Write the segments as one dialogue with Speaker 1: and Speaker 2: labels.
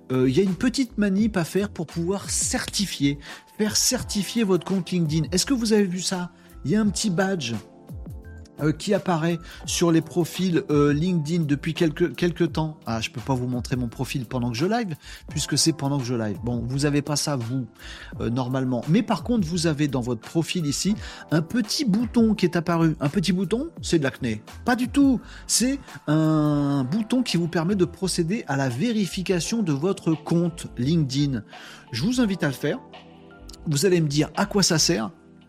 Speaker 1: il y a une petite manip à faire pour pouvoir faire certifier votre compte LinkedIn. Est-ce que vous avez vu ça? Il y a un petit badge qui apparaît sur les profils LinkedIn depuis quelques temps. Ah, je peux pas vous montrer mon profil pendant que je live, puisque c'est pendant que je live. Bon, vous avez pas ça, vous, normalement. Mais par contre, vous avez dans votre profil ici, un petit bouton qui est apparu. Un petit bouton, c'est de l'acné. Pas du tout. C'est un bouton qui vous permet de procéder à la vérification de votre compte LinkedIn. Je vous invite à le faire. Vous allez me dire à quoi ça sert.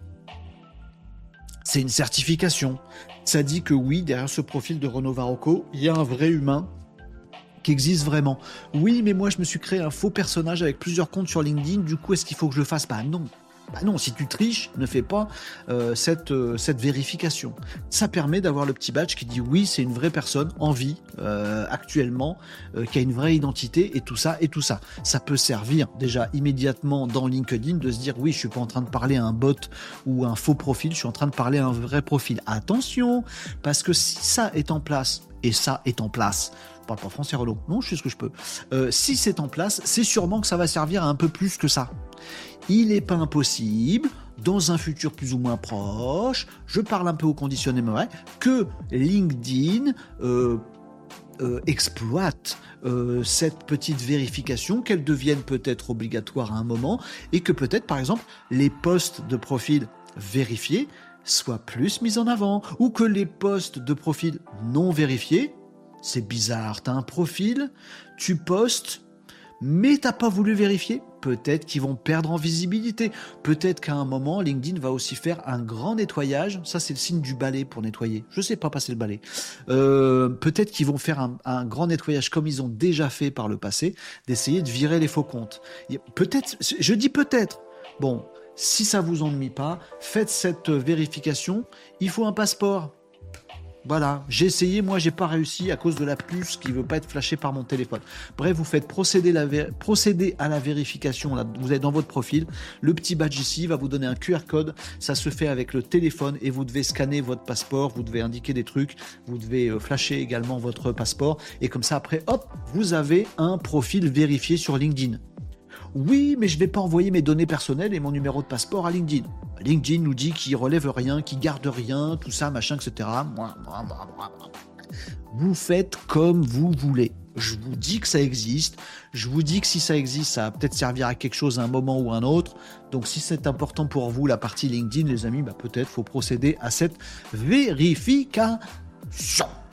Speaker 1: C'est une certification. Ça dit que oui, derrière ce profil de Renaud Varocco, il y a un vrai humain qui existe vraiment. Oui, mais moi, je me suis créé un faux personnage avec plusieurs comptes sur LinkedIn. Du coup, est-ce qu'il faut que je le fasse? Bah non. Bah non, si tu triches, ne fais pas cette vérification. Ça permet d'avoir le petit badge qui dit oui, c'est une vraie personne en vie actuellement, qui a une vraie identité et tout ça et tout ça. Ça peut servir déjà immédiatement dans LinkedIn de se dire oui, je suis pas en train de parler à un bot ou un faux profil, je suis en train de parler à un vrai profil. Attention, parce que si ça est en place, et ça est en place, je parle pas français, Renaud. Non, je sais ce que je peux. Si c'est en place, c'est sûrement que ça va servir à un peu plus que ça. Il n'est pas impossible, dans un futur plus ou moins proche, je parle un peu au conditionnel, que LinkedIn exploite cette petite vérification, qu'elle devienne peut-être obligatoire à un moment, et que peut-être, par exemple, les posts de profil vérifiés soient plus mis en avant, ou que les posts de profil non vérifiés, c'est bizarre, t'as un profil, tu postes, mais t'as pas voulu vérifier, peut-être qu'ils vont perdre en visibilité. Peut-être qu'à un moment, LinkedIn va aussi faire un grand nettoyage. Ça, c'est le signe du balai pour nettoyer. Je sais pas passer le balai. Peut-être qu'ils vont faire un grand nettoyage comme ils ont déjà fait par le passé, d'essayer de virer les faux comptes. Peut-être, je dis peut-être. Bon, si ça vous ennuie pas, faites cette vérification. Il faut un passeport. Voilà, j'ai essayé, moi j'ai pas réussi à cause de la puce qui veut pas être flashée par mon téléphone. Bref, vous faites procéder à la vérification, là, vous êtes dans votre profil, le petit badge ici va vous donner un QR code, ça se fait avec le téléphone et vous devez scanner votre passeport, vous devez indiquer des trucs, vous devez flasher également votre passeport et comme ça après, hop, vous avez un profil vérifié sur LinkedIn. Oui, mais je ne vais pas envoyer mes données personnelles et mon numéro de passeport à LinkedIn. LinkedIn nous dit qu'il relève rien, qu'il garde rien, tout ça, machin, etc. Vous faites comme vous voulez. Je vous dis que ça existe. Je vous dis que si ça existe, ça va peut-être servir à quelque chose à un moment ou à un autre. Donc si c'est important pour vous, la partie LinkedIn, les amis, peut-être faut procéder à cette vérification.